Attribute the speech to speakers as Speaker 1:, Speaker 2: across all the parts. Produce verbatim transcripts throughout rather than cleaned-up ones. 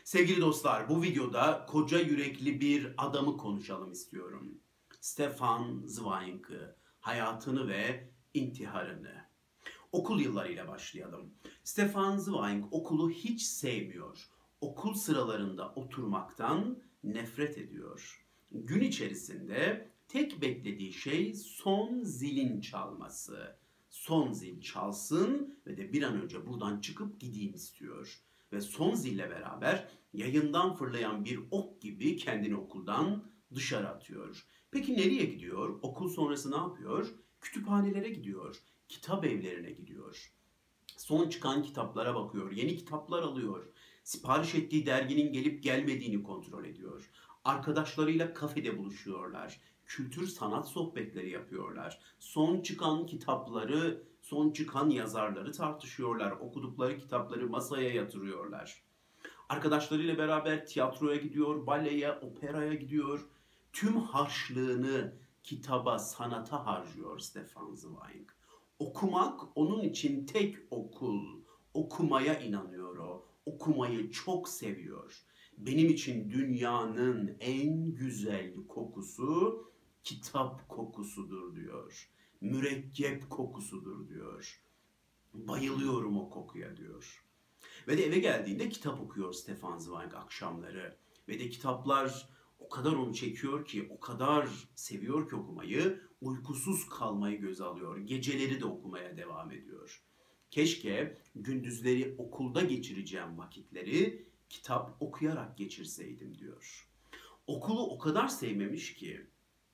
Speaker 1: Sevgili dostlar, bu videoda koca yürekli bir adamı konuşalım istiyorum. Stefan Zweig'ı, hayatını ve intiharını. Okul yıllarıyla başlayalım. Stefan Zweig okulu hiç sevmiyor. Okul sıralarında oturmaktan nefret ediyor. Gün içerisinde tek beklediği şey son zilin çalması. Son zil çalsın ve de bir an önce buradan çıkıp gideyim istiyor. Ve son zille beraber yayından fırlayan bir ok gibi kendini okuldan dışarı atıyor. Peki nereye gidiyor? Okul sonrası ne yapıyor? Kütüphanelere gidiyor. Kitap evlerine gidiyor. Son çıkan kitaplara bakıyor. Yeni kitaplar alıyor. Sipariş ettiği derginin gelip gelmediğini kontrol ediyor. Arkadaşlarıyla kafede buluşuyorlar. Kültür sanat sohbetleri yapıyorlar. Son çıkan kitapları, son çıkan yazarları tartışıyorlar. Okudukları kitapları masaya yatırıyorlar. Arkadaşlarıyla beraber tiyatroya gidiyor, baleye, operaya gidiyor. Tüm harçlığını kitaba, sanata harcıyor Stefan Zweig. Okumak onun için tek okul. Okumaya inanıyor o. Okumayı çok seviyor. Benim için dünyanın en güzel kokusu kitap kokusudur diyor. Mürekkep kokusudur diyor. Bayılıyorum o kokuya diyor. Ve de eve geldiğinde kitap okuyor Stefan Zweig akşamları. Ve de kitaplar o kadar onu çekiyor ki, o kadar seviyor ki okumayı, uykusuz kalmayı göze alıyor. Geceleri de okumaya devam ediyor. Keşke gündüzleri okulda geçireceğim vakitleri kitap okuyarak geçirseydim diyor. Okulu o kadar sevmemiş ki,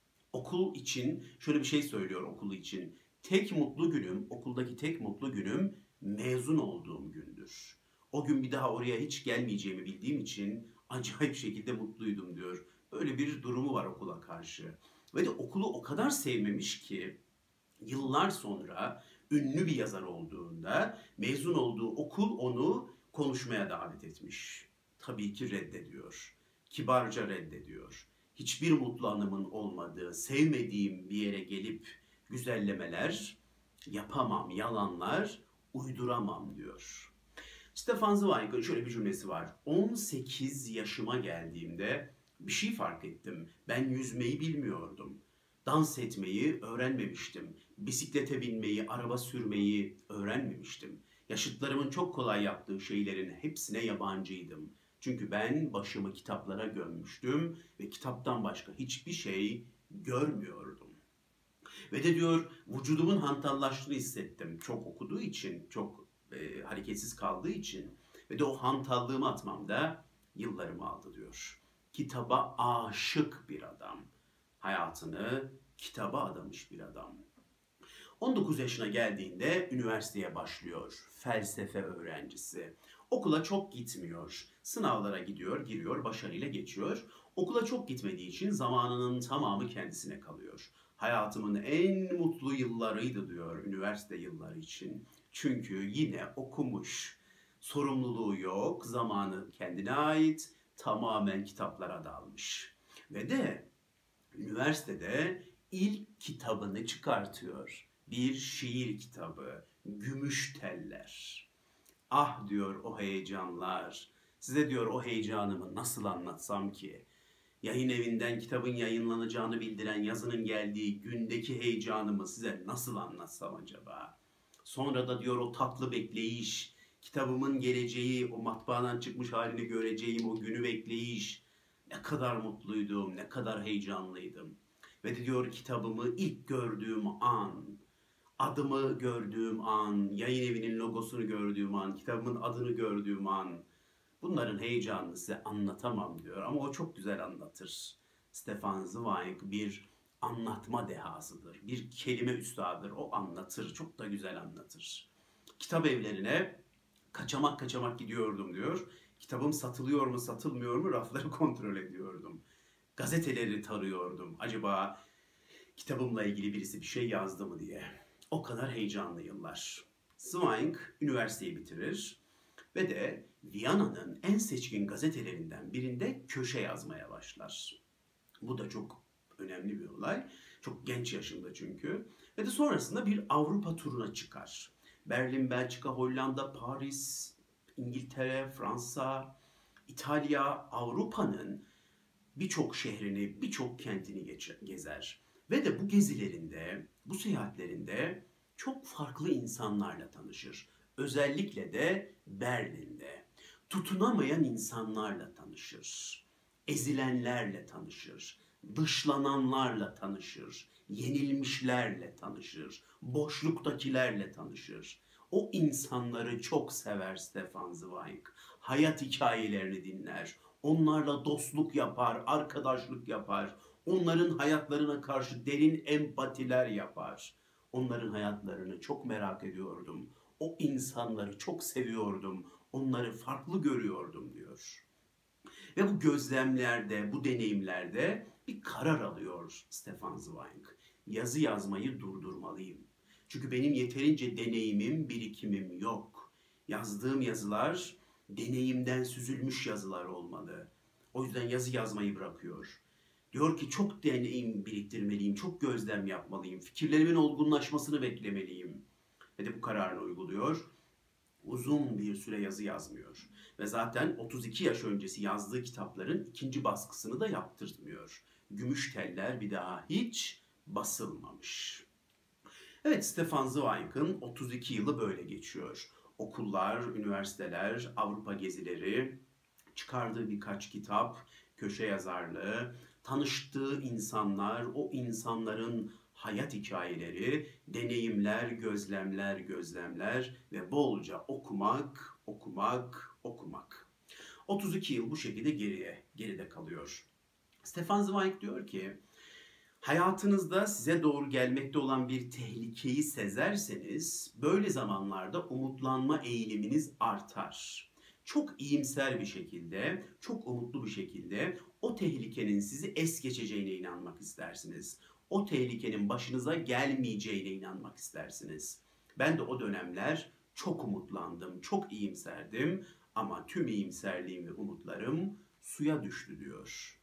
Speaker 1: okul için şöyle bir şey söylüyor okulu için. Tek mutlu günüm, okuldaki tek mutlu günüm mezun olduğum gündür. O gün bir daha oraya hiç gelmeyeceğimi bildiğim için acayip şekilde mutluydum diyor. Böyle bir durumu var okula karşı. Ve de okulu o kadar sevmemiş ki yıllar sonra ünlü bir yazar olduğunda mezun olduğu okul onu konuşmaya davet etmiş. Tabii ki reddediyor. Kibarca reddediyor. Hiçbir mutlu anımın olmadığı, sevmediğim bir yere gelip güzellemeler yapamam, yalanlar uyduramam diyor. Stefan Zweig'ın şöyle bir cümlesi var. on sekiz yaşıma geldiğimde bir şey fark ettim. Ben yüzmeyi bilmiyordum. Dans etmeyi öğrenmemiştim. Bisiklete binmeyi, araba sürmeyi öğrenmemiştim. Yaşıtlarımın çok kolay yaptığı şeylerin hepsine yabancıydım. Çünkü ben başımı kitaplara gömmüştüm ve kitaptan başka hiçbir şey görmüyordum. Ve de diyor vücudumun hantallaştığını hissettim. Çok okuduğu için, çok e, hareketsiz kaldığı için ve de o hantallığımı atmamda yıllarımı aldı diyor. Kitaba aşık bir adam. Hayatını kitaba adamış bir adam. on dokuz yaşına geldiğinde üniversiteye başlıyor. Felsefe öğrencisi. Okula çok gitmiyor. Sınavlara gidiyor, giriyor, başarıyla geçiyor. Okula çok gitmediği için zamanının tamamı kendisine kalıyor. Hayatımın en mutlu yıllarıydı diyor üniversite yılları için. Çünkü yine okumuş. Sorumluluğu yok, zamanı kendine ait, tamamen kitaplara dalmış. Ve de üniversitede ilk kitabını çıkartıyor. Bir şiir kitabı, Gümüş Teller. Ah diyor o heyecanlar. Size diyor o heyecanımı nasıl anlatsam ki? Yayın evinden kitabın yayınlanacağını bildiren yazının geldiği gündeki heyecanımı size nasıl anlatsam acaba? Sonra da diyor o tatlı bekleyiş, kitabımın geleceği, o matbaadan çıkmış halini göreceğim o günü bekleyiş. Ne kadar mutluydum, ne kadar heyecanlıydım. Ve de diyor kitabımı ilk gördüğüm an, adımı gördüğüm an, yayın evinin logosunu gördüğüm an, kitabımın adını gördüğüm an, bunların heyecanını size anlatamam diyor ama o çok güzel anlatır. Stefan Zweig bir anlatma dehasıdır, bir kelime üstadıdır, o anlatır, çok da güzel anlatır. Kitap evlerine kaçamak kaçamak gidiyordum diyor. Kitabım satılıyor mu satılmıyor mu rafları kontrol ediyordum. Gazeteleri tarıyordum. Acaba kitabımla ilgili birisi bir şey yazdı mı diye. O kadar heyecanlı yıllar. Zweig üniversiteyi bitirir ve de Viyana'nın en seçkin gazetelerinden birinde köşe yazmaya başlar. Bu da çok önemli bir olay. Çok genç yaşında çünkü. Ve de sonrasında bir Avrupa turuna çıkar. Berlin, Belçika, Hollanda, Paris, İngiltere, Fransa İtalya, Avrupa'nın birçok şehrini, birçok kentini geç- gezer. Ve de bu gezilerinde, bu seyahatlerinde çok farklı insanlarla tanışır. Özellikle de Berlin'de. Tutunamayan insanlarla tanışır. Ezilenlerle tanışır. Dışlananlarla tanışır. Yenilmişlerle tanışır. Boşluktakilerle tanışır. O insanları çok sever Stefan Zweig. Hayat hikayelerini dinler. Onlarla dostluk yapar, arkadaşlık yapar. Onların hayatlarına karşı derin empatiler yapar. Onların hayatlarını çok merak ediyordum. O insanları çok seviyordum. Onları farklı görüyordum diyor. Ve bu gözlemlerde, bu deneyimlerde bir karar alıyor Stefan Zweig. Yazı yazmayı durdurmalıyım. Çünkü benim yeterince deneyimim, birikimim yok. Yazdığım yazılar deneyimden süzülmüş yazılar olmalı. O yüzden yazı yazmayı bırakıyor. Diyor ki çok deneyim biriktirmeliyim, çok gözlem yapmalıyım, fikirlerimin olgunlaşmasını beklemeliyim. Ve de bu kararını uyguluyor. Uzun bir süre yazı yazmıyor. Ve zaten otuz iki yaş öncesi yazdığı kitapların ikinci baskısını da yaptırmıyor. Gümüş teller bir daha hiç basılmamış. Evet, Stefan Zweig'ın otuz iki yılı böyle geçiyor. Okullar, üniversiteler, Avrupa gezileri, çıkardığı birkaç kitap, köşe yazarlığı, tanıştığı insanlar, o insanların hayat hikayeleri, deneyimler, gözlemler, gözlemler ve bolca okumak, okumak, okumak. otuz iki yıl bu şekilde geriye, geride kalıyor. Stefan Zweig diyor ki, hayatınızda size doğru gelmekte olan bir tehlikeyi sezerseniz, böyle zamanlarda umutlanma eğiliminiz artar. Çok iyimser bir şekilde, çok umutlu bir şekilde o tehlikenin sizi es geçeceğine inanmak istersiniz. O tehlikenin başınıza gelmeyeceğine inanmak istersiniz. Ben de o dönemler çok umutlandım, çok iyimserdim ama tüm iyimserliğim ve umutlarım suya düştü diyor.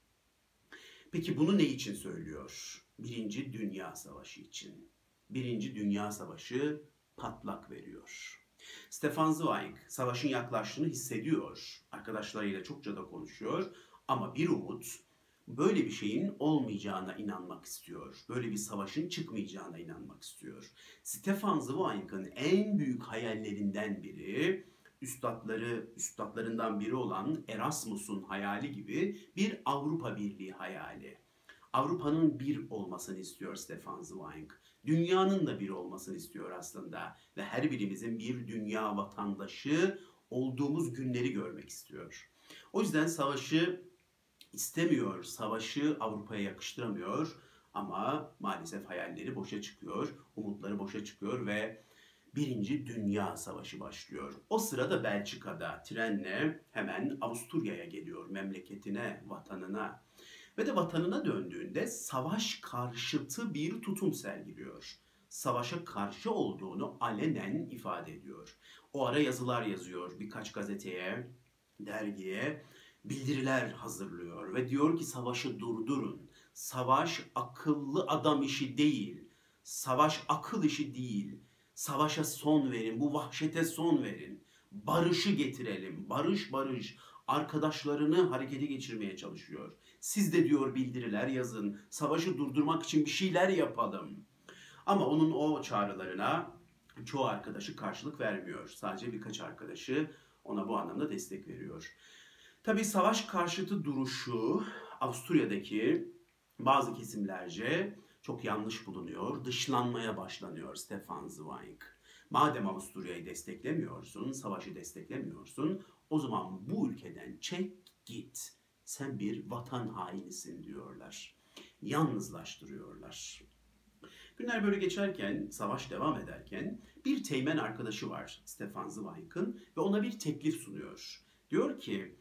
Speaker 1: Peki bunu ne için söylüyor? Birinci Dünya Savaşı için. Birinci Dünya Savaşı patlak veriyor. Stefan Zweig savaşın yaklaştığını hissediyor. Arkadaşlarıyla çokça da konuşuyor. Ama bir umut, böyle bir şeyin olmayacağına inanmak istiyor. Böyle bir savaşın çıkmayacağına inanmak istiyor. Stefan Zweig'ın en büyük hayallerinden biri, üstadları, üstadlarından biri olan Erasmus'un hayali gibi bir Avrupa Birliği hayali. Avrupa'nın bir olmasını istiyor Stefan Zweig. Dünyanın da bir olmasını istiyor aslında. Ve her birimizin bir dünya vatandaşı olduğumuz günleri görmek istiyor. O yüzden savaşı istemiyor, savaşı Avrupa'ya yakıştıramıyor. Ama maalesef hayalleri boşa çıkıyor, umutları boşa çıkıyor ve Birinci Dünya Savaşı başlıyor. O sırada Belçika'da trenle hemen Avusturya'ya geliyor, memleketine, vatanına. Ve de vatanına döndüğünde savaş karşıtı bir tutum sergiliyor. Savaşa karşı olduğunu alenen ifade ediyor. O ara yazılar yazıyor birkaç gazeteye, dergiye, bildiriler hazırlıyor ve diyor ki savaşı durdurun. Savaş akıllı adam işi değil. Savaş akıl işi değil. Savaşa son verin, bu vahşete son verin. Barışı getirelim, barış barış. Arkadaşlarını harekete geçirmeye çalışıyor. Siz de diyor bildiriler yazın, savaşı durdurmak için bir şeyler yapalım. Ama onun o çağrılarına çoğu arkadaşı karşılık vermiyor. Sadece birkaç arkadaşı ona bu anlamda destek veriyor. Tabii savaş karşıtı duruşu Avusturya'daki bazı kesimlerce çok yanlış bulunuyor. Dışlanmaya başlanıyor Stefan Zweig. Madem Avusturya'yı desteklemiyorsun, savaşı desteklemiyorsun, o zaman bu ülkeden çek git. Sen bir vatan hainisin diyorlar. Yalnızlaştırıyorlar. Günler böyle geçerken, savaş devam ederken bir teğmen arkadaşı var Stefan Zweig'ın ve ona bir teklif sunuyor. Diyor ki,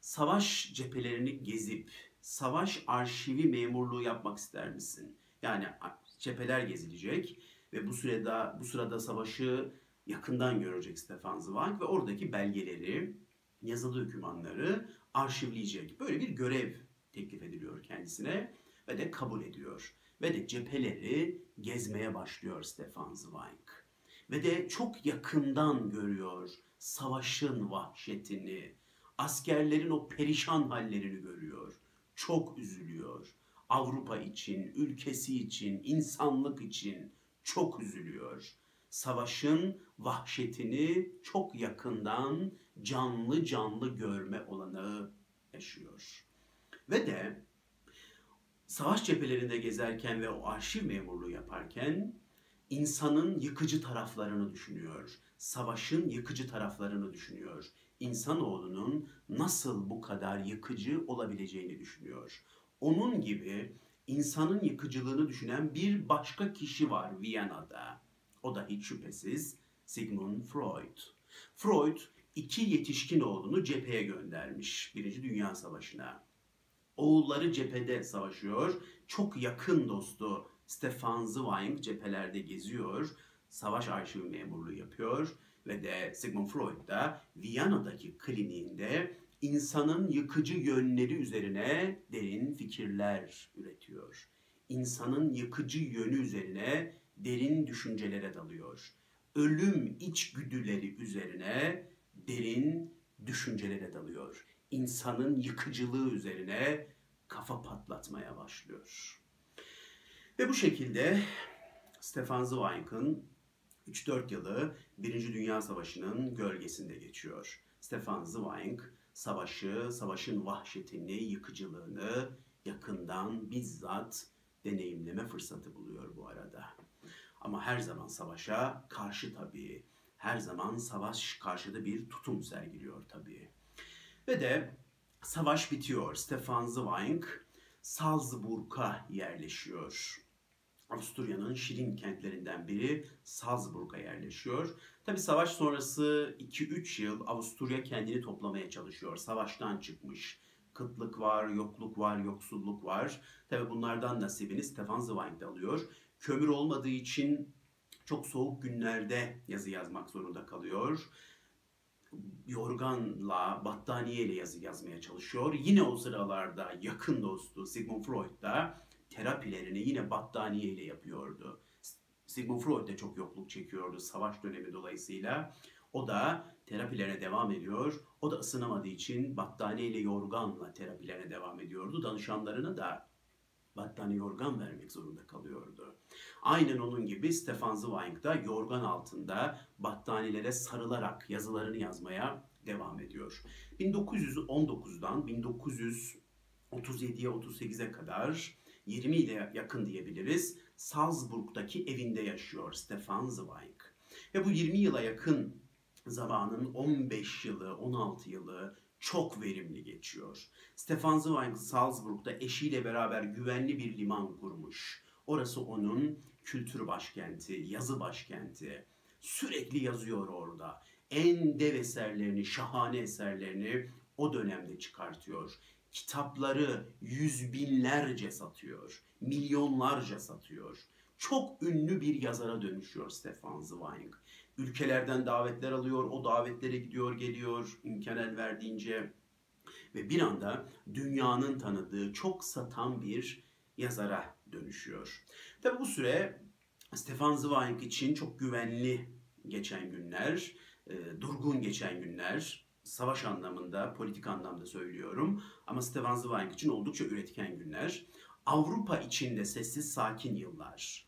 Speaker 1: savaş cephelerini gezip savaş arşivi memurluğu yapmak ister misin? Yani cepheler gezilecek ve bu sırada bu sırada savaşı yakından görecek Stefan Zweig ve oradaki belgeleri, yazılı dokümanları arşivleyecek. Böyle bir görev teklif ediliyor kendisine ve de kabul ediyor. Ve de cepheleri gezmeye başlıyor Stefan Zweig. Ve de çok yakından görüyor savaşın vahşetini, Askerlerin o perişan hallerini görüyor. Çok üzülüyor. Avrupa için, ülkesi için, insanlık için çok üzülüyor. Savaşın vahşetini çok yakından canlı canlı görme olanağı yaşıyor. Ve de savaş cephelerinde gezerken ve o arşiv memurluğu yaparken insanın yıkıcı taraflarını düşünüyor. Savaşın yıkıcı taraflarını düşünüyor. İnsanoğlunun nasıl bu kadar yıkıcı olabileceğini düşünüyor. Onun gibi insanın yıkıcılığını düşünen bir başka kişi var Viyana'da. O da hiç şüphesiz Sigmund Freud. Freud iki yetişkin oğlunu cepheye göndermiş Birinci Dünya Savaşı'na. Oğulları cephede savaşıyor. Çok yakın dostu Stefan Zweig cephelerde geziyor. Savaş arşivi memurluğu yapıyor. Ve de Sigmund Freud da Viyana'daki kliniğinde insanın yıkıcı yönleri üzerine derin fikirler üretiyor. İnsanın yıkıcı yönü üzerine derin düşüncelere dalıyor. Ölüm içgüdüleri üzerine derin düşüncelere dalıyor. İnsanın yıkıcılığı üzerine kafa patlatmaya başlıyor. Ve bu şekilde Stefan Zweig'ın üç dört yılı Birinci Dünya Savaşı'nın gölgesinde geçiyor. Stefan Zweig savaşı, savaşın vahşetini, yıkıcılığını yakından bizzat deneyimleme fırsatı buluyor bu arada. Ama her zaman savaşa karşı tabii. Her zaman savaş karşıtı bir tutum sergiliyor tabii. Ve de savaş bitiyor. Stefan Zweig Salzburg'a yerleşiyor. Avusturya'nın şirin kentlerinden biri Salzburg'a yerleşiyor. Tabi savaş sonrası iki üç yıl Avusturya kendini toplamaya çalışıyor. Savaştan çıkmış. Kıtlık var, yokluk var, yoksulluk var. Tabi bunlardan nasibini Stefan Zweig de alıyor. Kömür olmadığı için çok soğuk günlerde yazı yazmak zorunda kalıyor. Yorganla, battaniyeyle yazı yazmaya çalışıyor. Yine o sıralarda yakın dostu Sigmund Freud da terapilerini yine battaniyeyle yapıyordu. Sigmund Freud de çok yokluk çekiyordu savaş dönemi dolayısıyla. O da terapilerine devam ediyor. O da ısınamadığı için battaniyeyle, yorganla terapilerine devam ediyordu. Danışanlarına da battaniye, yorgan vermek zorunda kalıyordu. Aynen onun gibi Stefan Zweig da yorgan altında battaniyelere sarılarak yazılarını yazmaya devam ediyor. bin dokuz yüz on dokuzdan bin dokuz yüz otuz yediye otuz sekize kadar yirmi ile yakın diyebiliriz. Salzburg'daki evinde yaşıyor Stefan Zweig. Ve bu yirmi yıla yakın zamanın on beş yılı, on altı yılı çok verimli geçiyor. Stefan Zweig Salzburg'da eşiyle beraber güvenli bir liman kurmuş. Orası onun kültür başkenti, yazı başkenti. Sürekli yazıyor orada. En dev eserlerini, şahane eserlerini o dönemde çıkartıyor. Kitapları yüz binlerce satıyor. Milyonlarca satıyor. Çok ünlü bir yazara dönüşüyor Stefan Zweig. Ülkelerden davetler alıyor, o davetlere gidiyor, geliyor, imkan el verdiğince. Ve bir anda dünyanın tanıdığı, çok satan bir yazara dönüşüyor. Tabi bu süre Stefan Zweig için çok güvenli geçen günler, e, durgun geçen günler. Savaş anlamında, politik anlamda söylüyorum. Ama Stefan Zweig için oldukça üretken günler. Avrupa için de sessiz, sakin yıllar.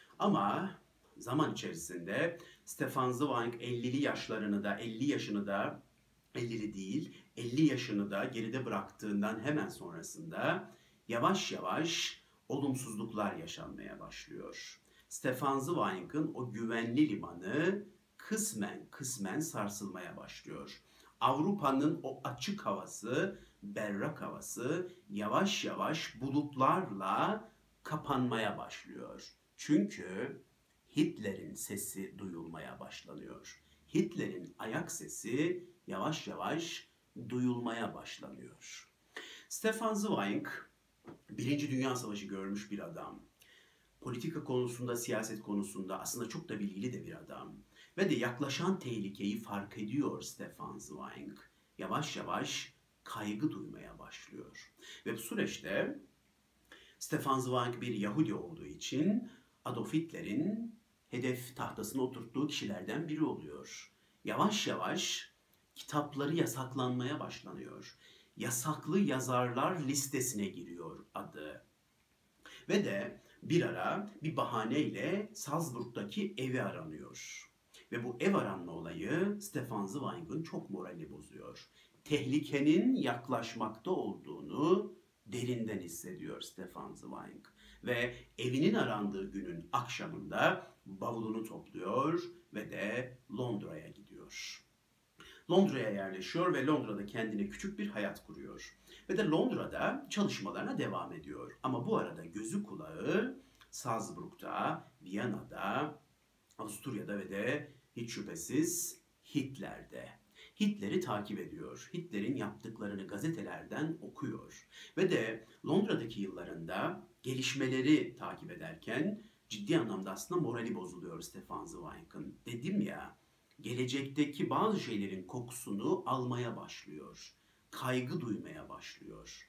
Speaker 1: Ama zaman içerisinde Stefan Zweig ellili yaşlarını da, elli yaşını da, ellili değil, elli yaşını da geride bıraktığından hemen sonrasında yavaş yavaş olumsuzluklar yaşanmaya başlıyor. Stefan Zweig'ın o güvenli limanı kısmen kısmen sarsılmaya başlıyor. Avrupa'nın o açık havası, berrak havası yavaş yavaş bulutlarla kapanmaya başlıyor. Çünkü Hitler'in sesi duyulmaya başlanıyor. Hitler'in ayak sesi yavaş yavaş duyulmaya başlanıyor. Stefan Zweig, Birinci Dünya Savaşı görmüş bir adam. Politika konusunda, siyaset konusunda aslında çok da bilgili de bir adam. Ve de yaklaşan tehlikeyi fark ediyor Stefan Zweig. Yavaş yavaş kaygı duymaya başlıyor. Ve bu süreçte Stefan Zweig bir Yahudi olduğu için Adolf Hitler'in hedef tahtasına oturttuğu kişilerden biri oluyor. Yavaş yavaş Kitapları yasaklanmaya başlanıyor. Yasaklı yazarlar listesine giriyor adı. Ve de bir ara bir bahaneyle Salzburg'daki evi aranıyor. Ve bu ev aranma olayı Stefan Zweig'ın çok moralini bozuyor. Tehlikenin yaklaşmakta olduğunu derinden hissediyor Stefan Zweig. Ve evinin arandığı günün akşamında bavulunu topluyor ve de Londra'ya gidiyor. Londra'ya yerleşiyor ve Londra'da kendine küçük bir hayat kuruyor. Ve de Londra'da çalışmalarına devam ediyor. Ama bu arada gözü kulağı Salzburg'da, Viyana'da, Avusturya'da ve de hiç şüphesiz Hitler'de. Hitler'i takip ediyor. Hitler'in yaptıklarını gazetelerden okuyor. Ve de Londra'daki yıllarında gelişmeleri takip ederken ciddi anlamda aslında morali bozuluyor Stefan Zweig'ın. Dedim ya, gelecekteki bazı şeylerin kokusunu almaya başlıyor. Kaygı duymaya başlıyor.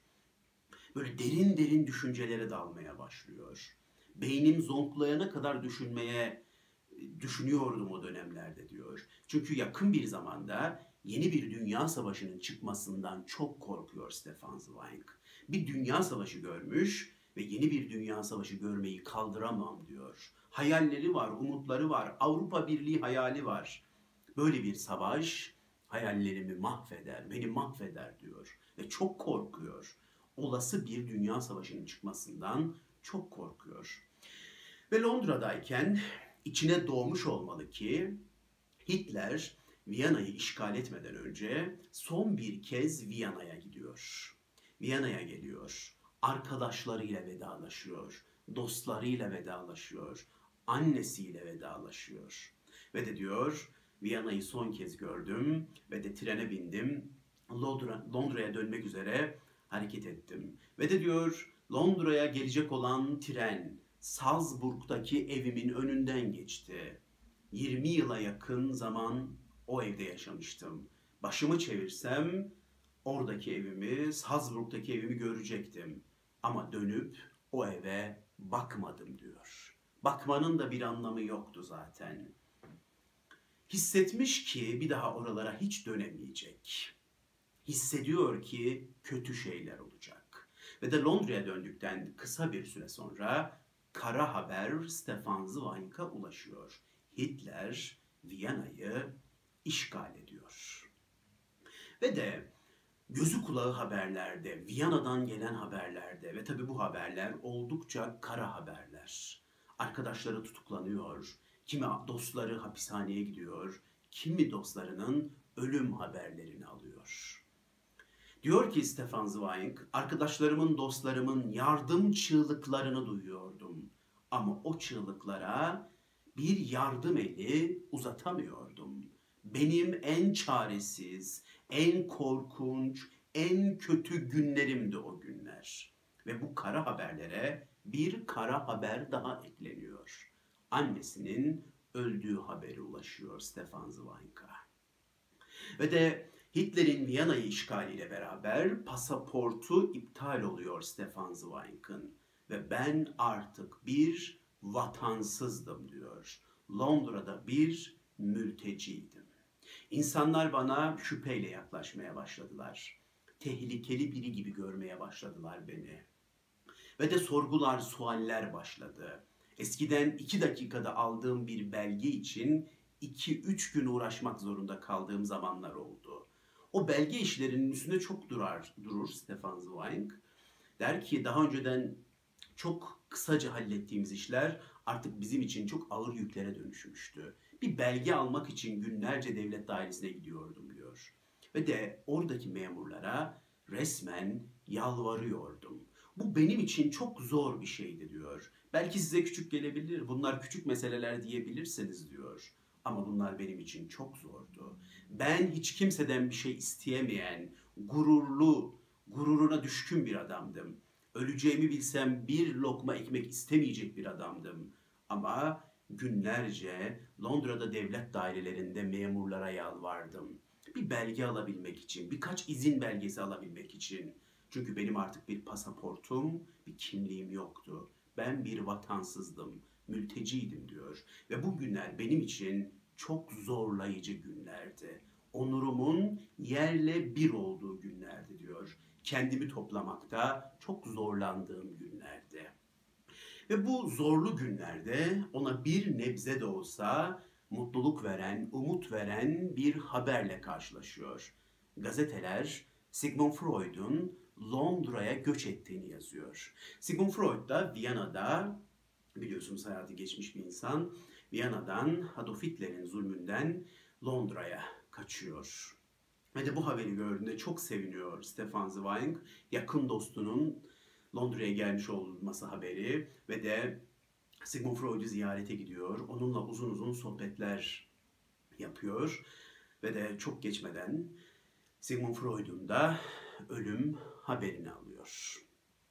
Speaker 1: Böyle derin derin düşüncelere dalmaya başlıyor. Beynim zonklayana kadar düşünmeye düşünüyordum o dönemlerde diyor. Çünkü yakın bir zamanda yeni bir dünya savaşının çıkmasından çok korkuyor Stefan Zweig. Bir dünya savaşı görmüş ve yeni bir dünya savaşı görmeyi kaldıramam diyor. Hayalleri var, umutları var, Avrupa Birliği hayali var. Böyle bir savaş hayallerimi mahveder, beni mahveder diyor ve çok korkuyor. Olası bir dünya savaşının çıkmasından çok korkuyor. Ve Londra'dayken içine doğmuş olmalı ki Hitler Viyana'yı işgal etmeden önce son bir kez Viyana'ya gidiyor. Viyana'ya geliyor. Arkadaşlarıyla vedalaşıyor. Dostlarıyla vedalaşıyor. Annesiyle vedalaşıyor. Ve de diyor, Viyana'yı son kez gördüm ve de trene bindim. Londra, Londra'ya dönmek üzere hareket ettim. Ve de diyor, Londra'ya gelecek olan tren Salzburg'daki evimin önünden geçti. yirmi yıla yakın zaman o evde yaşamıştım. Başımı çevirsem oradaki evimi, Salzburg'daki evimi görecektim. Ama dönüp o eve bakmadım diyor. Bakmanın da bir anlamı yoktu zaten. Hissetmiş ki bir daha oralara hiç dönemeyecek. Hissediyor ki kötü şeyler olacak. Ve de Londra'ya döndükten kısa bir süre sonra kara haber Stefan Zweig'a ulaşıyor. Hitler Viyana'yı işgal ediyor. Ve de gözü kulağı haberlerde, Viyana'dan gelen haberlerde ve tabii bu haberler oldukça kara haberler. Arkadaşları tutuklanıyor, kimi dostları hapishaneye gidiyor, kimi dostlarının ölüm haberlerini alıyor. Diyor ki Stefan Zweig, arkadaşlarımın, dostlarımın yardım çığlıklarını duyuyordum. Ama o çığlıklara bir yardım eli uzatamıyordum. Benim en çaresiz, en korkunç, en kötü günlerimdi o günler. Ve bu kara haberlere bir kara haber daha ekleniyor. Annesinin öldüğü haberi ulaşıyor Stefan Zweig'a. Ve de Hitler'in Viyana'yı işgaliyle beraber pasaportu iptal oluyor Stefan Zweig'ın. Ve ben artık bir vatansızdım diyor. Londra'da bir mülteciydim. İnsanlar bana şüpheyle yaklaşmaya başladılar. Tehlikeli biri gibi görmeye başladılar beni. Ve de sorgular, sualler başladı. Eskiden iki dakikada aldığım bir belge için iki üç gün uğraşmak zorunda kaldığım zamanlar oldu. O belge işlerinin üstünde çok durar, durur Stefan Zweig. Der ki daha önceden çok kısaca hallettiğimiz işler artık bizim için çok ağır yüklere dönüşmüştü. Bir belge almak için günlerce devlet dairesine gidiyordum diyor. Ve de oradaki memurlara resmen yalvarıyordum. Bu benim için çok zor bir şeydi diyor. Belki size küçük gelebilir, bunlar küçük meseleler diyebilirsiniz diyor. Ama bunlar benim için çok zordu. Ben hiç kimseden bir şey isteyemeyen, gururlu, gururuna düşkün bir adamdım. Öleceğimi bilsem bir lokma ekmek istemeyecek bir adamdım. Ama günlerce Londra'da devlet dairelerinde memurlara yalvardım. Bir belge alabilmek için, birkaç izin belgesi alabilmek için. Çünkü benim artık bir pasaportum, bir kimliğim yoktu. Ben bir vatansızdım, mülteciydim diyor. Ve bu günler benim için çok zorlayıcı günlerdi. Onurumun yerle bir olduğu günlerdi diyor. Kendimi toplamakta çok zorlandığım günlerde. Ve bu zorlu günlerde ona bir nebze de olsa mutluluk veren, umut veren bir haberle karşılaşıyor. Gazeteler Sigmund Freud'un Londra'ya göç ettiğini yazıyor. Sigmund Freud da Viyana'da, biliyorsunuz hayatı geçmiş bir insan, Viyana'dan Adolf Hitler'in zulmünden Londra'ya kaçıyor. Ve de bu haberi gördüğünde çok seviniyor Stefan Zweig, yakın dostunun Londra'ya gelmiş olması haberi ve de Sigmund Freud'u ziyarete gidiyor. Onunla uzun uzun sohbetler yapıyor ve de çok geçmeden Sigmund Freud'un da ölüm haberini alıyor.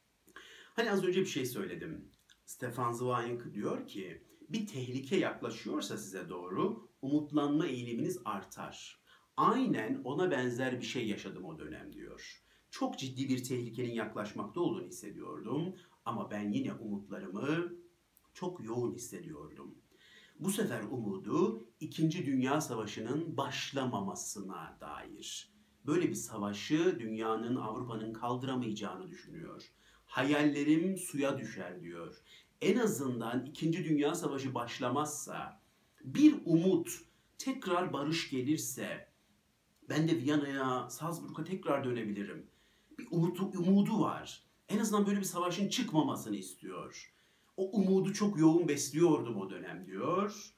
Speaker 1: Hani az önce bir şey söyledim. Stefan Zweig diyor ki bir tehlike yaklaşıyorsa size doğru umutlanma eğiliminiz artar. Aynen ona benzer bir şey yaşadım o dönem diyor. Çok ciddi bir tehlikenin yaklaşmakta olduğunu hissediyordum ama ben yine umutlarımı çok yoğun hissediyordum. Bu sefer umudu İkinci Dünya Savaşı'nın başlamamasına dair. Böyle bir savaşı dünyanın, Avrupa'nın kaldıramayacağını düşünüyor. Hayallerim suya düşer diyor. En azından İkinci Dünya Savaşı başlamazsa, bir umut, tekrar barış gelirse, ben de Viyana'ya, Salzburg'a tekrar dönebilirim. Bir umudu, umudu var. En azından böyle bir savaşın çıkmamasını istiyor. O umudu çok yoğun besliyordum o dönem diyor.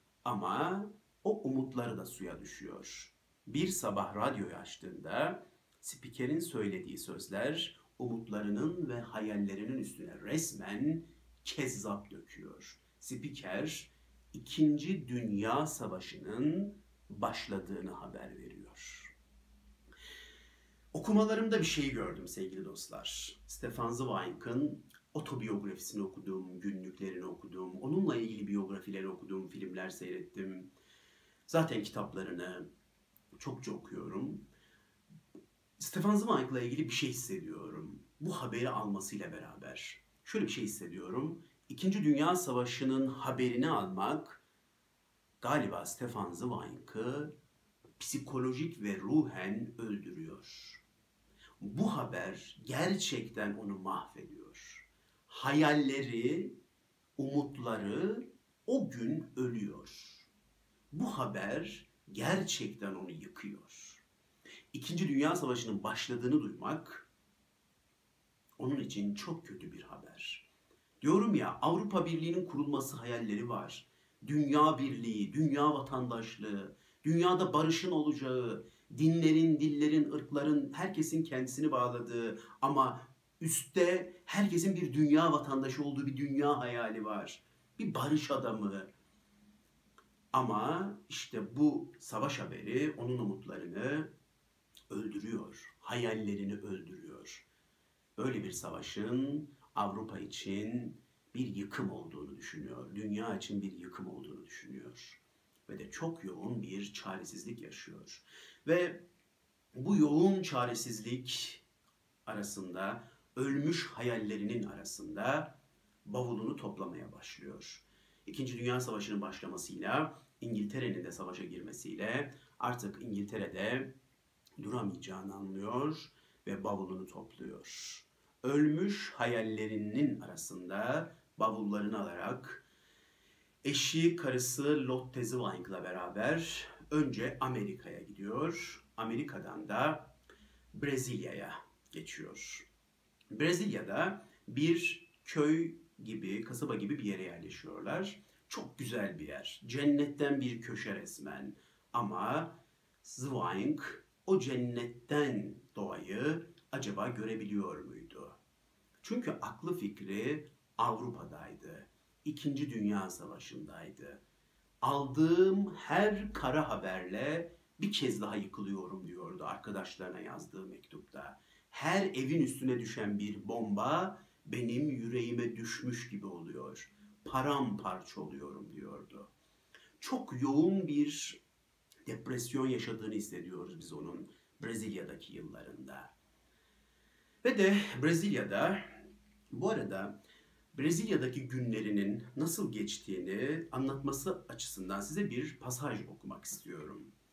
Speaker 1: Ama o umutları da suya düşüyor. Bir sabah radyoyu açtığında spikerin söylediği sözler umutlarının ve hayallerinin üstüne resmen kezzap döküyor. Spiker İkinci Dünya Savaşı'nın başladığını haber veriyor. Okumalarımda bir şey gördüm sevgili dostlar. Stefan Zweig'ın otobiyografisini okudum, günlüklerini okudum, onunla ilgili biyografileri okudum, filmler seyrettim. Zaten kitaplarını çokça okuyorum. Stefan Zweig'la ilgili bir şey hissediyorum. Bu haberi almasıyla beraber. Şöyle bir şey hissediyorum. İkinci Dünya Savaşı'nın haberini almak galiba Stefan Zweig'ı psikolojik ve ruhen öldürüyor. Bu haber gerçekten onu mahvediyor. Hayalleri, umutları o gün ölüyor. Bu haber gerçekten onu yıkıyor. İkinci Dünya Savaşı'nın başladığını duymak onun için çok kötü bir haber. Diyorum ya, Avrupa Birliği'nin kurulması hayalleri var. Dünya birliği, dünya vatandaşlığı, dünyada barışın olacağı, dinlerin, dillerin, ırkların, herkesin kendisini bağladığı ama üstte herkesin bir dünya vatandaşı olduğu bir dünya hayali var. Bir barış adamı. Ama işte bu savaş haberi onun umutlarını öldürüyor, hayallerini öldürüyor. Böyle bir savaşın Avrupa için bir yıkım olduğunu düşünüyor. Dünya için bir yıkım olduğunu düşünüyor. Ve de çok yoğun bir çaresizlik yaşıyor. Ve bu yoğun çaresizlik arasında, ölmüş hayallerinin arasında bavulunu toplamaya başlıyor. İkinci Dünya Savaşı'nın başlamasıyla, İngiltere'nin de savaşa girmesiyle artık İngiltere'de duramayacağını anlıyor ve bavulunu topluyor. Ölmüş hayallerinin arasında bavullarını alarak eşi, karısı Lotte Zweig'la beraber önce Amerika'ya gidiyor. Amerika'dan da Brezilya'ya geçiyor. Brezilya'da bir köy gibi, kasaba gibi bir yere yerleşiyorlar. Çok güzel bir yer. Cennetten bir köşe resmen. Ama Zweig o cennetten doğayı acaba görebiliyor muydu? Çünkü aklı fikri Avrupa'daydı. İkinci Dünya Savaşı'ndaydı. Aldığım her kara haberle bir kez daha yıkılıyorum diyordu arkadaşlarına yazdığı mektupta. Her evin üstüne düşen bir bomba benim yüreğime düşmüş gibi oluyor. Paramparça oluyorum diyordu. Çok yoğun bir depresyon yaşadığını hissediyoruz biz onun Brezilya'daki yıllarında. Ve de Brezilya'da, bu arada Brezilya'daki günlerinin nasıl geçtiğini anlatması açısından size bir pasaj okumak istiyorum.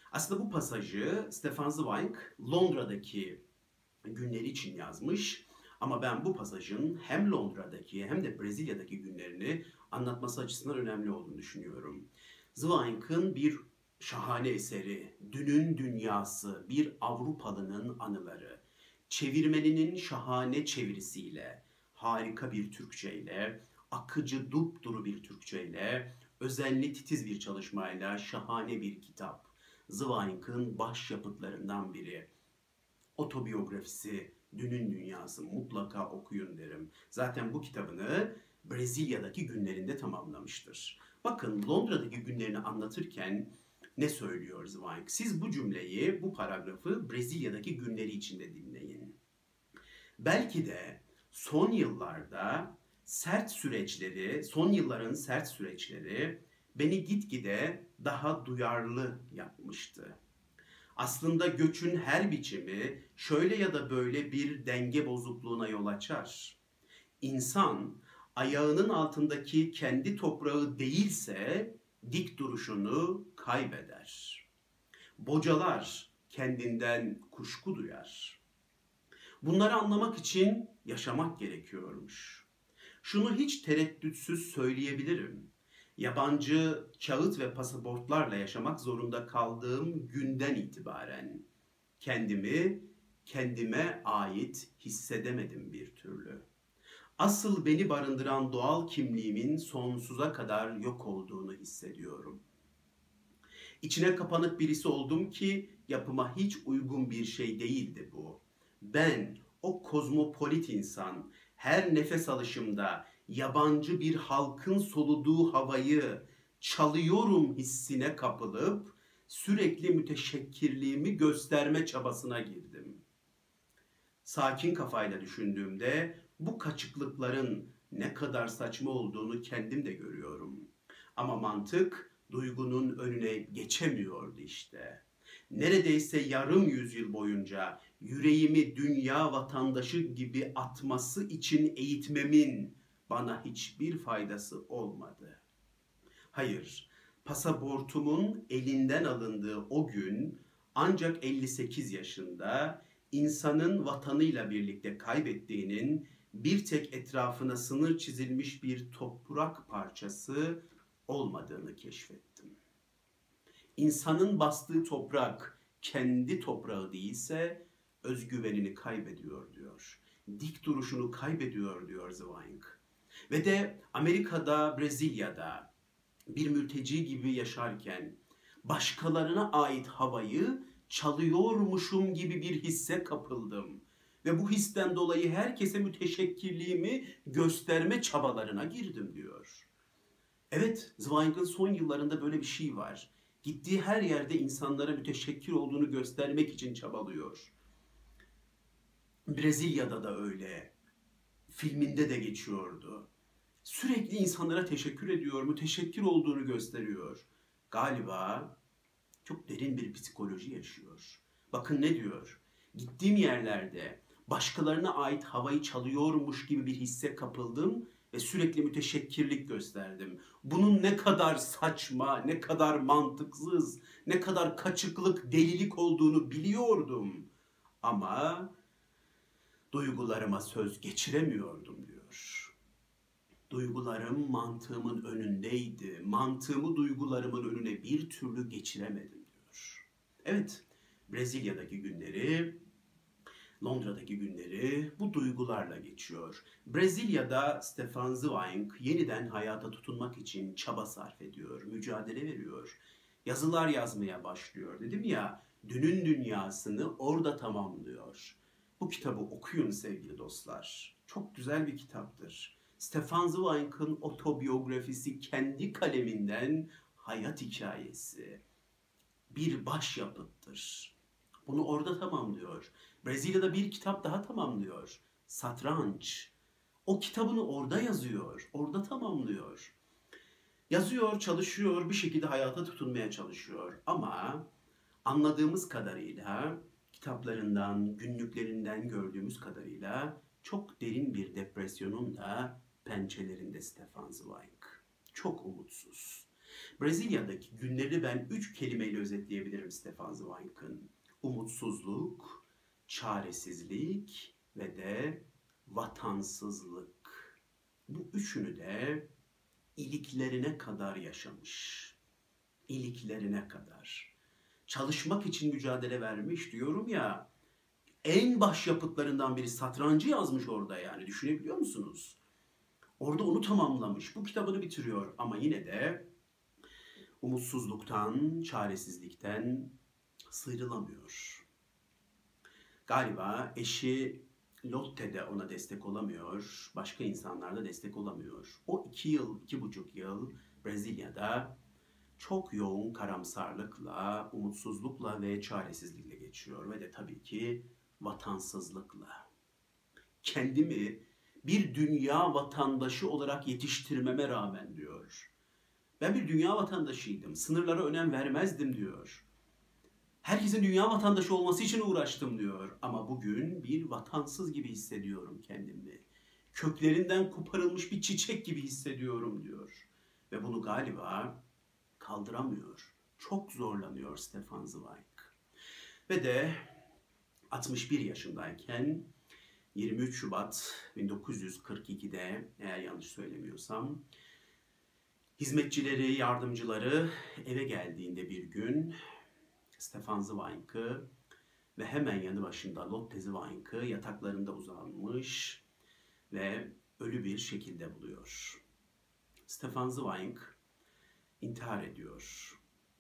Speaker 1: Aslında bu pasajı Stefan Zweig Londra'daki günleri için yazmış. Ama ben bu pasajın hem Londra'daki hem de Brezilya'daki günlerini anlatması açısından önemli olduğunu düşünüyorum. Zweig'ın bir şahane eseri, Dünün Dünyası, bir Avrupalının anıları, çevirmeninin şahane çevirisiyle, harika bir Türkçeyle, akıcı dupduru bir Türkçeyle, özenli titiz bir çalışmayla şahane bir kitap. Zweig'ın başyapıtlarından biri. Otobiyografisi, Dünün Dünyası, mutlaka okuyun derim. Zaten bu kitabını Brezilya'daki günlerinde tamamlamıştır. Bakın Londra'daki günlerini anlatırken ne söylüyor Zweig? Siz bu cümleyi, bu paragrafı Brezilya'daki günleri içinde dinleyin. Belki de son yıllarda sert süreçleri, son yılların sert süreçleri beni gitgide daha duyarlı yapmıştı. Aslında göçün her biçimi şöyle ya da böyle bir denge bozukluğuna yol açar. İnsan ayağının altındaki kendi toprağı değilse dik duruşunu kaybeder. Bocalar, kendinden kuşku duyar. Bunları anlamak için yaşamak gerekiyormuş. Şunu hiç tereddütsüz söyleyebilirim. Yabancı kağıt ve pasaportlarla yaşamak zorunda kaldığım günden itibaren kendimi kendime ait hissedemedim bir türlü. Asıl beni barındıran doğal kimliğimin sonsuza kadar yok olduğunu hissediyorum. İçine kapanık birisi oldum ki yapıma hiç uygun bir şey değildi bu. Ben, o kozmopolit insan, her nefes alışımda yabancı bir halkın soluduğu havayı çalıyorum hissine kapılıp sürekli müteşekkirliğimi gösterme çabasına girdim. Sakin kafayla düşündüğümde bu kaçıklıkların ne kadar saçma olduğunu kendim de görüyorum. Ama mantık duygunun önüne geçemiyordu işte. Neredeyse yarım yüzyıl boyunca yüreğimi dünya vatandaşı gibi atması için eğitmemin bana hiçbir faydası olmadı. Hayır, pasaportumun elinden alındığı o gün ancak elli sekiz yaşında insanın vatanıyla birlikte kaybettiğinin bir tek etrafına sınır çizilmiş bir toprak parçası olmadığını keşfettim. İnsanın bastığı toprak kendi toprağı değilse özgüvenini kaybediyor diyor. Dik duruşunu kaybediyor diyor Zweig. Ve de Amerika'da, Brezilya'da bir mülteci gibi yaşarken başkalarına ait havayı çalıyormuşum gibi bir hisse kapıldım. Ve bu histen dolayı herkese müteşekkirliğimi gösterme çabalarına girdim diyor. Evet, Zweig'ın son yıllarında böyle bir şey var. Gittiği her yerde insanlara müteşekkir olduğunu göstermek için çabalıyor. Brezilya'da da öyle. Filminde de geçiyordu. Sürekli insanlara teşekkür ediyor, müteşekkir olduğunu gösteriyor. Galiba çok derin bir psikoloji yaşıyor. Bakın ne diyor? Gittiğim yerlerde başkalarına ait havayı çalıyormuş gibi bir hisse kapıldım ve sürekli müteşekkirlik gösterdim. Bunun ne kadar saçma, ne kadar mantıksız, ne kadar kaçıklık, delilik olduğunu biliyordum. Ama duygularıma söz geçiremiyordum diyor. Duygularım mantığımın önündeydi. Mantığımı duygularımın önüne bir türlü geçiremedim diyor. Evet, Brezilya'daki günleri, Londra'daki günleri bu duygularla geçiyor. Brezilya'da Stefan Zweig yeniden hayata tutunmak için çaba sarf ediyor, mücadele veriyor. Yazılar yazmaya başlıyor. Dedim ya, dünün dünyasını orada tamamlıyor. Bu kitabı okuyun sevgili dostlar. Çok güzel bir kitaptır. Stefan Zweig'ın otobiyografisi, kendi kaleminden hayat hikayesi. Bir başyapıttır. Bunu orada tamamlıyor. Brezilya'da bir kitap daha tamamlıyor. Satranç. O kitabını orada yazıyor. Orada tamamlıyor. Yazıyor, çalışıyor, bir şekilde hayata tutunmaya çalışıyor. Ama anladığımız kadarıyla, kitaplarından, günlüklerinden gördüğümüz kadarıyla çok derin bir depresyonun da pençelerinde Stefan Zweig. Çok umutsuz. Brezilya'daki günleri ben üç kelimeyle özetleyebilirim Stefan Zweig'ın. Umutsuzluk, çaresizlik ve de vatansızlık. Bu üçünü de iliklerine kadar yaşamış. İliklerine kadar. Çalışmak için mücadele vermiş diyorum ya. En başyapıtlarından biri satrancı yazmış orada yani. Düşünebiliyor musunuz? Orada onu tamamlamış. Bu kitabını bitiriyor ama yine de umutsuzluktan, çaresizlikten sıyrılamıyor. Galiba eşi Lotte de ona destek olamıyor. Başka insanlar da destek olamıyor. O iki yıl, iki buçuk yıl Brezilya'da çok yoğun karamsarlıkla, umutsuzlukla ve çaresizlikle geçiyor. Ve de tabii ki vatansızlıkla. Kendimi bir dünya vatandaşı olarak yetiştirmeme rağmen diyor. Ben bir dünya vatandaşıydım. Sınırlara önem vermezdim diyor. Herkesin dünya vatandaşı olması için uğraştım diyor. Ama bugün bir vatansız gibi hissediyorum kendimi. Köklerinden koparılmış bir çiçek gibi hissediyorum diyor. Ve bunu galiba kaldıramıyor. Çok zorlanıyor Stefan Zweig. Ve de altmış bir yaşındayken yirmi üç Şubat bin dokuz yüz kırk ikide eğer yanlış söylemiyorsam hizmetçileri, yardımcıları eve geldiğinde bir gün Stefan Zweig'ı ve hemen yanı başında Lotte Zweig'ı yataklarında uzanmış ve ölü bir şekilde buluyor. Stefan Zweig intihar ediyor.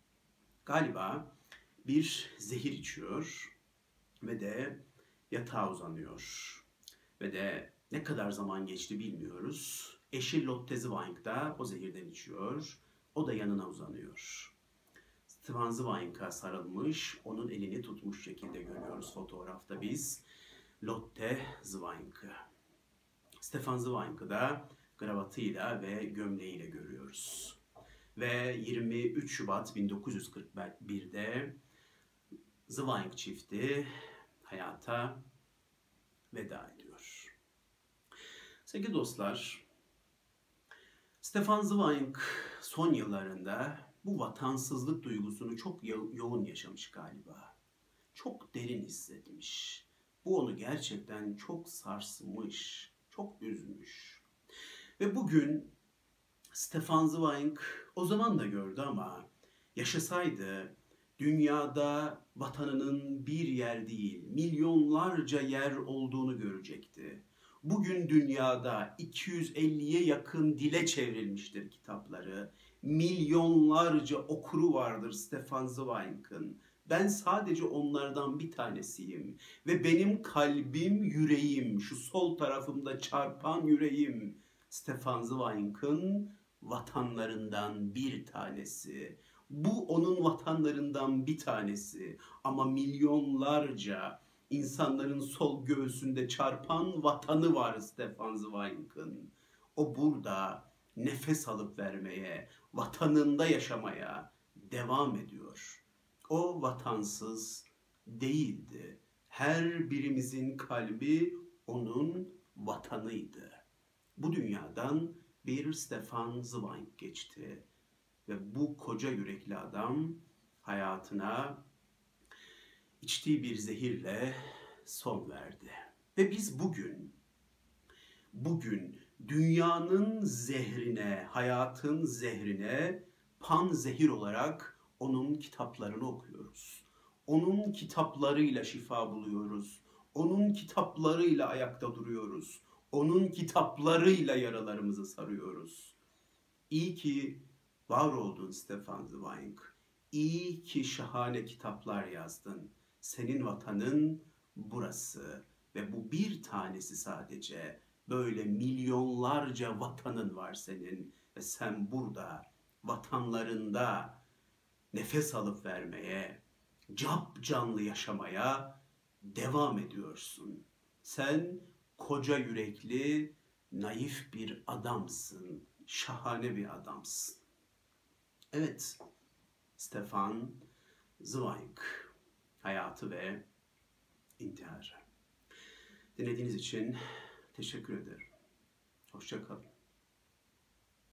Speaker 1: Galiba bir zehir içiyor ve de yatağa uzanıyor. Ve de ne kadar zaman geçti bilmiyoruz. Eşi Lotte Zweig da o zehirden içiyor. O da yanına uzanıyor. Stefan Zweig'a sarılmış, onun elini tutmuş şekilde görüyoruz fotoğrafta biz Lotte Zweig'ı. Stefan Zweig'ı da kravatıyla ve gömleğiyle görüyoruz. Ve yirmi üç Şubat bin dokuz yüz kırk birde Zweig çifti hayata veda ediyor. Sevgili dostlar, Stefan Zweig son yıllarında bu vatansızlık duygusunu çok yo- yoğun yaşamış galiba. Çok derin hissetmiş. Bu onu gerçekten çok sarsmış, çok üzmüş. Ve bugün Stefan Zweig o zaman da gördü ama yaşasaydı dünyada vatanının bir yer değil, milyonlarca yer olduğunu görecekti. Bugün dünyada iki yüz elliye yakın dile çevrilmiştir kitapları. Milyonlarca okuru vardır Stefan Zweig'ın. Ben sadece onlardan bir tanesiyim. Ve benim kalbim, yüreğim, şu sol tarafımda çarpan yüreğim Stefan Zweig'ın vatanlarından bir tanesi. Bu onun vatanlarından bir tanesi. Ama milyonlarca insanların sol göğsünde çarpan vatanı var Stefan Zweig'ın. O burada nefes alıp vermeye, vatanında yaşamaya devam ediyor. O vatansız değildi. Her birimizin kalbi onun vatanıydı. Bu dünyadan bir Stefan Zweig geçti. Ve bu koca yürekli adam hayatına içtiği bir zehirle son verdi. Ve biz bugün, bugün dünyanın zehrine, hayatın zehrine pan zehir olarak onun kitaplarını okuyoruz. Onun kitaplarıyla şifa buluyoruz. Onun kitaplarıyla ayakta duruyoruz. Onun kitaplarıyla yaralarımızı sarıyoruz. İyi ki var oldun Stefan Zweig. İyi ki şahane kitaplar yazdın. Senin vatanın burası ve bu bir tanesi sadece. Böyle milyonlarca vatanın var senin ve sen burada vatanlarında nefes alıp vermeye, cap canlı yaşamaya devam ediyorsun. Sen koca yürekli, naif bir adamsın. Şahane bir adamsın. Evet, Stefan Zweig, hayatı ve intiharı. Dinlediğiniz için teşekkür ederim. Hoşça kalın.